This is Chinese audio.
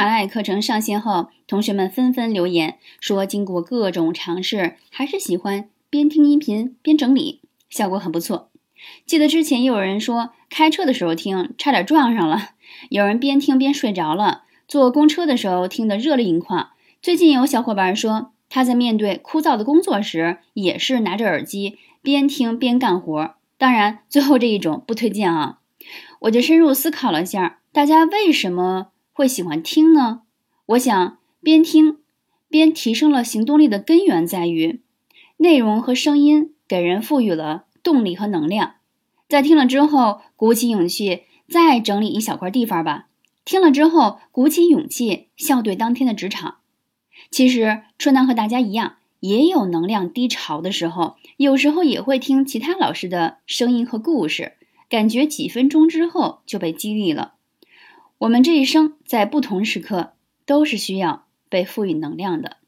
马拉雅课程上线后，同学们纷纷留言说，经过各种尝试，还是喜欢边听音频边整理，效果很不错。记得之前也有人说，开车的时候听，差点撞上了；有人边听边睡着了；坐公车的时候听得热泪盈眶。最近有小伙伴说，他在面对枯燥的工作时，也是拿着耳机边听边干活。当然，最后这一种不推荐啊。我就深入思考了一下，大家为什么会喜欢听呢？我想，边听边提升了行动力的根源在于，内容和声音给人赋予了动力和能量。在听了之后，鼓起勇气再整理一小块地方吧。听了之后，鼓起勇气笑对当天的职场。其实春楠和大家一样，也有能量低潮的时候，有时候也会听其他老师的声音和故事，感觉几分钟之后就被激励了。我们这一生在不同时刻都是需要被赋予能量的。